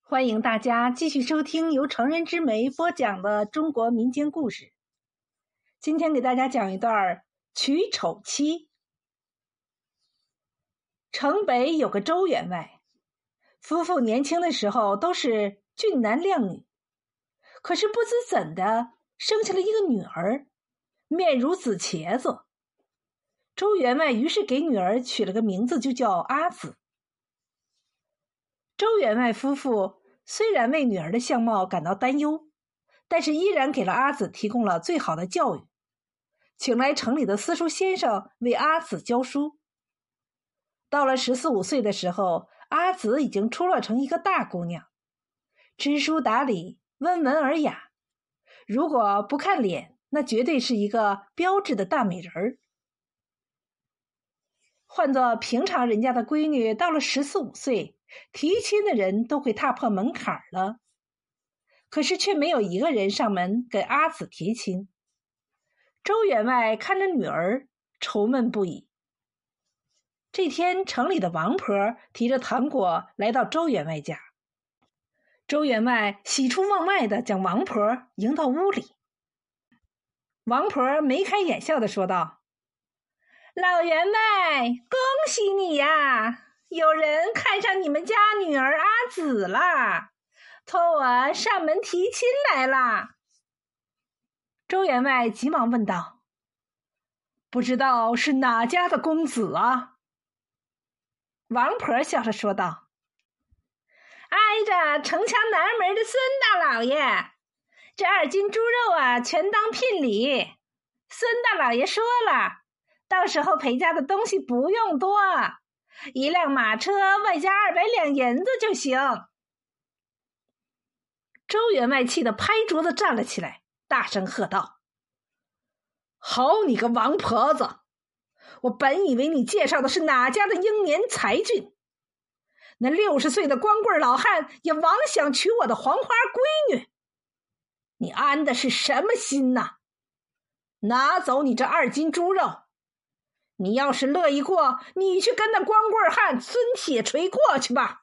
欢迎大家继续收听由成人之美播讲的中国民间故事。今天给大家讲一段娶丑妻。城北有个周员外，夫妇年轻的时候都是俊男靓女，可是不知怎的生下了一个女儿，面如紫茄子。周员外于是给女儿取了个名字，就叫阿紫。周员外夫妇虽然为女儿的相貌感到担忧，但是依然给了阿紫提供了最好的教育，请来城里的私塾先生为阿紫教书。到了14、15岁的时候，阿紫已经出落成一个大姑娘，知书达理，温文尔雅，如果不看脸，那绝对是一个标致的大美人儿。换做平常人家的闺女，到了14、15岁，提亲的人都会踏破门槛了，可是却没有一个人上门给阿紫提亲。周员外看着女儿，愁闷不已。这天，城里的王婆提着糖果来到周员外家，周员外喜出望外地将王婆迎到屋里。王婆眉开眼笑地说道：“老员外，恭喜你呀！有人看上你们家女儿阿紫了，托我上门提亲来了。”周员外急忙问道：“不知道是哪家的公子啊？”王婆笑着说道：“挨着城墙南门的孙大老爷，这2斤猪肉啊，全当聘礼。孙大老爷说了，到时候陪嫁的东西不用多，1辆马车外加200两银子就行。”周员外气得拍桌子站了起来，大声喝道：“好你个王婆子！我本以为你介绍的是哪家的英年才俊，那60岁的光棍老汉也妄想娶我的黄花闺女，你安的是什么心呐？拿走你这2斤猪肉，你要是乐意过，你去跟那光棍汉孙铁锤过去吧。”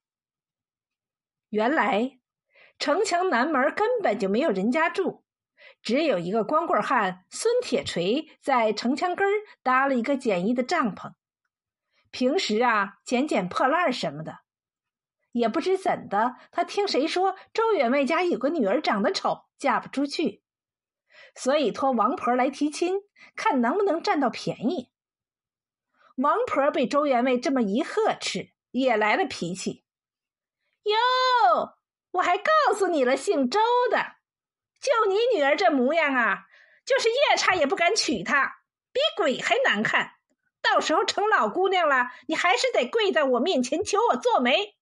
原来城墙南门根本就没有人家住，只有一个光棍汉孙铁锤在城墙根搭了一个简易的帐篷，平时啊捡捡破烂什么的。也不知怎的，他听谁说周员外家有个女儿长得丑，嫁不出去，所以托王婆来提亲，看能不能占到便宜。王婆被周员外这么一呵斥，也来了脾气：“哟，我还告诉你了，姓周的，就你女儿这模样啊，就是夜叉也不敢娶她，比鬼还难看。到时候成老姑娘了，你还是得跪在我面前求我做媒。”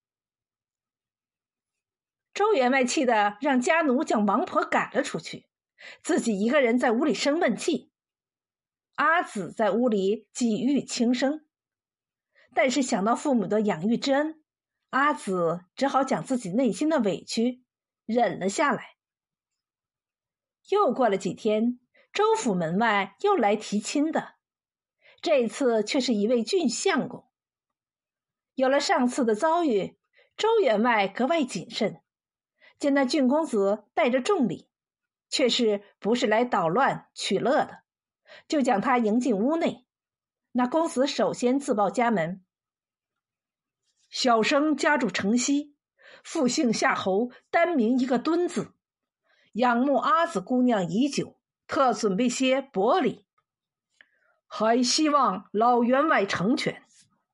周员外气得让家奴将王婆赶了出去，自己一个人在屋里生闷气。阿紫在屋里几欲轻生，但是想到父母的养育之恩，阿紫只好将自己内心的委屈忍了下来。又过了几天，周府门外又来提亲的，这次却是一位俊相公。有了上次的遭遇，周员外格外谨慎，见那俊公子带着重礼，却是不是来捣乱取乐的，就将他迎进屋内。那公子首先自报家门：“小生家住城西，父姓夏侯，单名一个敦字，仰慕阿紫姑娘已久，特准备些薄礼，还希望老员外成全。”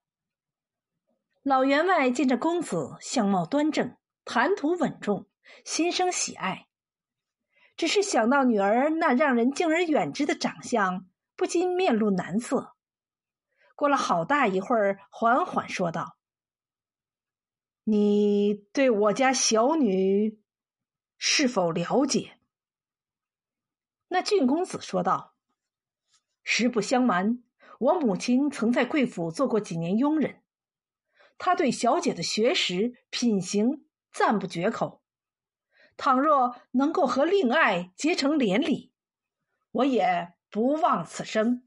老员外见这公子相貌端正，谈吐稳重，心生喜爱，只是想到女儿那让人敬而远之的长相，不禁面露难色。过了好大一会儿，缓缓说道：“你对我家小女是否了解？”那俊公子说道：“实不相瞒，我母亲曾在贵府做过几年佣人，她对小姐的学识、品行赞不绝口。倘若能够和令爱结成连理，我也不枉此生。”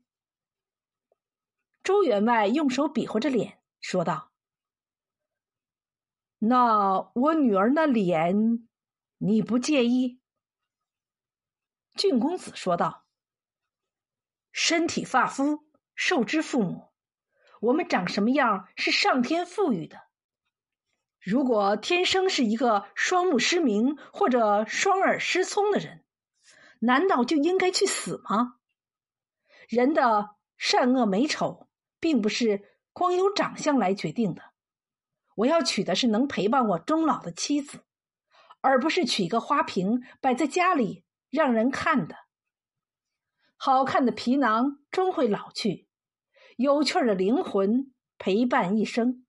周员外用手比划着脸，说道：“ 那我女儿那脸，你不介意？郡公子说道。身体发肤，受之父母，我们长什么样是上天赋予的。如果天生是一个双目失明或者双耳失聪的人，难道就应该去死吗？人的善恶美丑并不是光由长相来决定的。我要娶的是能陪伴我终老的妻子，而不是娶一个花瓶摆在家里让人看的。好看的皮囊终会老去，有趣的灵魂陪伴一生。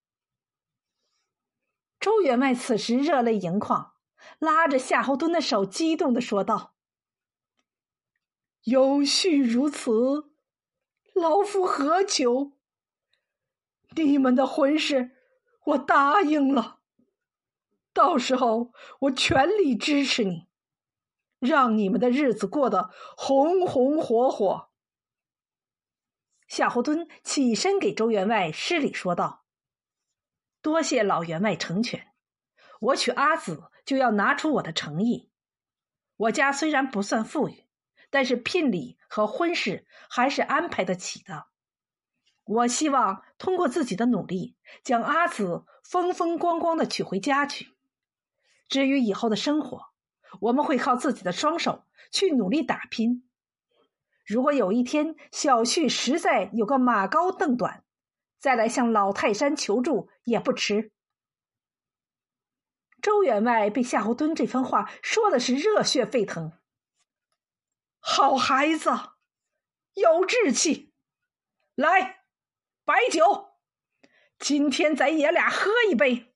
周员外此时热泪盈眶，拉着夏侯惇的手激动地说道：有婿如此，老夫何求？你们的婚事我答应了，到时候我全力支持你，让你们的日子过得红红火火。夏侯惇起身给周员外施礼说道：多谢老员外成全，我娶阿紫就要拿出我的诚意。我家虽然不算富裕，但是聘礼和婚事还是安排得起的。我希望通过自己的努力，将阿紫风风光光地娶回家去。至于以后的生活，我们会靠自己的双手去努力打拼。如果有一天小婿实在有个马高凳短，再来向老泰山求助也不迟。周员外被夏侯惇这番话说的是热血沸腾。好孩子，有志气，来，摆酒，今天咱爷俩喝一杯。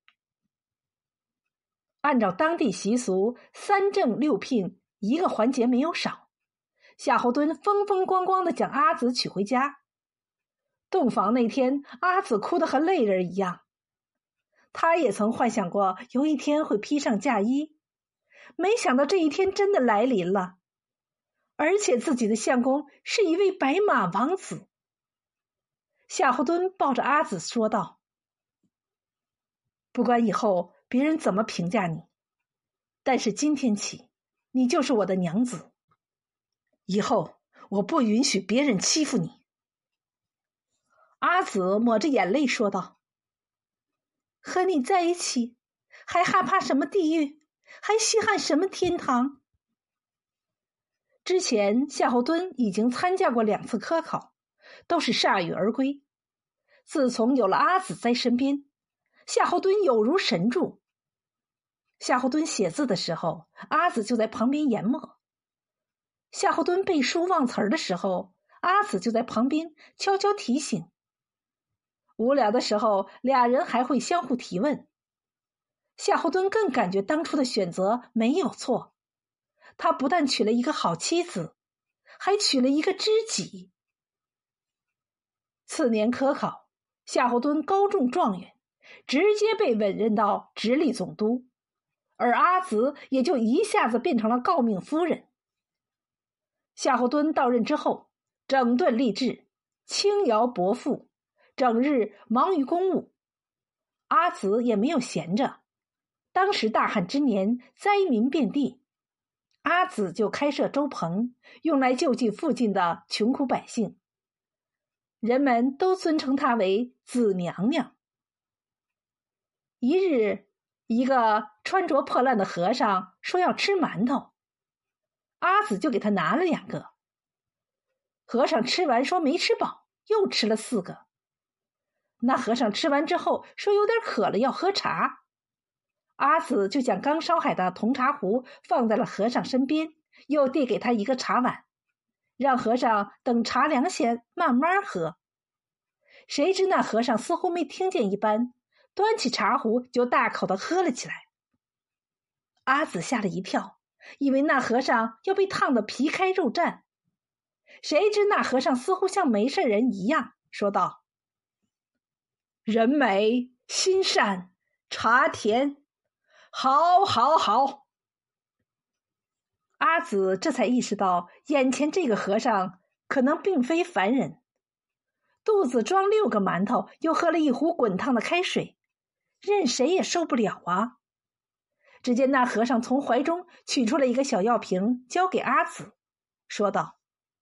按照当地习俗，3正6聘一个环节没有少。夏侯惇风风光光地将阿紫娶回家。洞房那天，阿紫哭得和泪人一样。她也曾幻想过有一天会披上嫁衣，没想到这一天真的来临了，而且自己的相公是一位白马王子。夏侯惇抱着阿紫说道：不管以后别人怎么评价你，但是今天起，你就是我的娘子。以后我不允许别人欺负你。阿紫抹着眼泪说道：和你在一起，还害怕什么地狱，还稀罕什么天堂？之前夏侯惇已经参加过2次科考，都是铩羽而归。自从有了阿紫在身边，夏侯惇有如神助。夏侯惇写字的时候，阿紫就在旁边研墨；夏侯惇背书忘词儿的时候，阿紫就在旁边悄悄提醒。无聊的时候，俩人还会相互提问。夏侯惇更感觉当初的选择没有错，他不但娶了一个好妻子，还娶了一个知己。次年科考，夏侯惇高中状元，直接被委任到直隶总督，而阿紫也就一下子变成了诰命夫人。夏侯惇到任之后，整顿吏治，轻徭薄赋，整日忙于公务。阿紫也没有闲着，当时大旱之年，灾民遍地，阿紫就开设粥棚，用来救济附近的穷苦百姓。人们都尊称她为紫娘娘。一日，一个穿着破烂的和尚说要吃馒头，阿紫就给他拿了2个。和尚吃完说没吃饱，又吃了4个。那和尚吃完之后说有点渴了，要喝茶。阿紫就将刚烧好的铜茶壶放在了和尚身边，又递给他一个茶碗，让和尚等茶凉些慢慢喝。谁知那和尚似乎没听见一般，端起茶壶就大口地喝了起来。阿紫吓了一跳，以为那和尚要被烫得皮开肉绽。谁知那和尚似乎像没事人一样，说道：人美心善茶甜，好好好。阿紫这才意识到眼前这个和尚可能并非凡人，肚子装6个馒头，又喝了1壶滚烫的开水， 任谁也受不了啊。只见那和尚从怀中取出了一个小药瓶，交给阿紫，说道：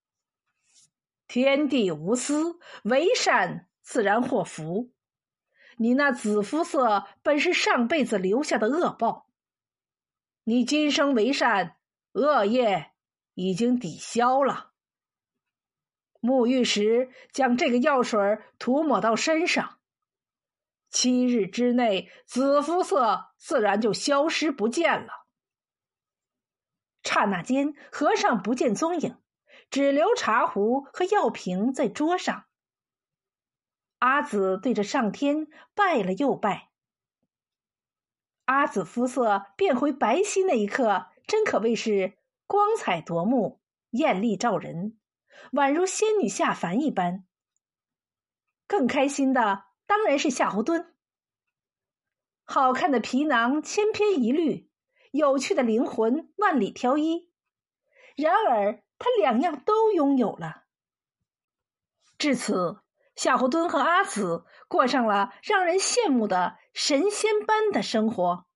天地无私，为善自然祸福。你那紫肤色本是上辈子留下的恶报，你今生为善，恶业已经抵消了。沐浴时将这个药水涂抹到身上，7日之内紫肤色自然就消失不见了。刹那间，和尚不见踪影，只留茶壶和药瓶在桌上。阿紫对着上天拜了又拜。阿紫肤色变回白皙那一刻，真可谓是光彩夺目，艳丽照人，宛如仙女下凡一般。更开心的当然是夏侯惇。好看的皮囊千篇一律，有趣的灵魂万里挑一，然而他2样都拥有了。至此，夏侯惇和阿紫过上了让人羡慕的神仙般的生活。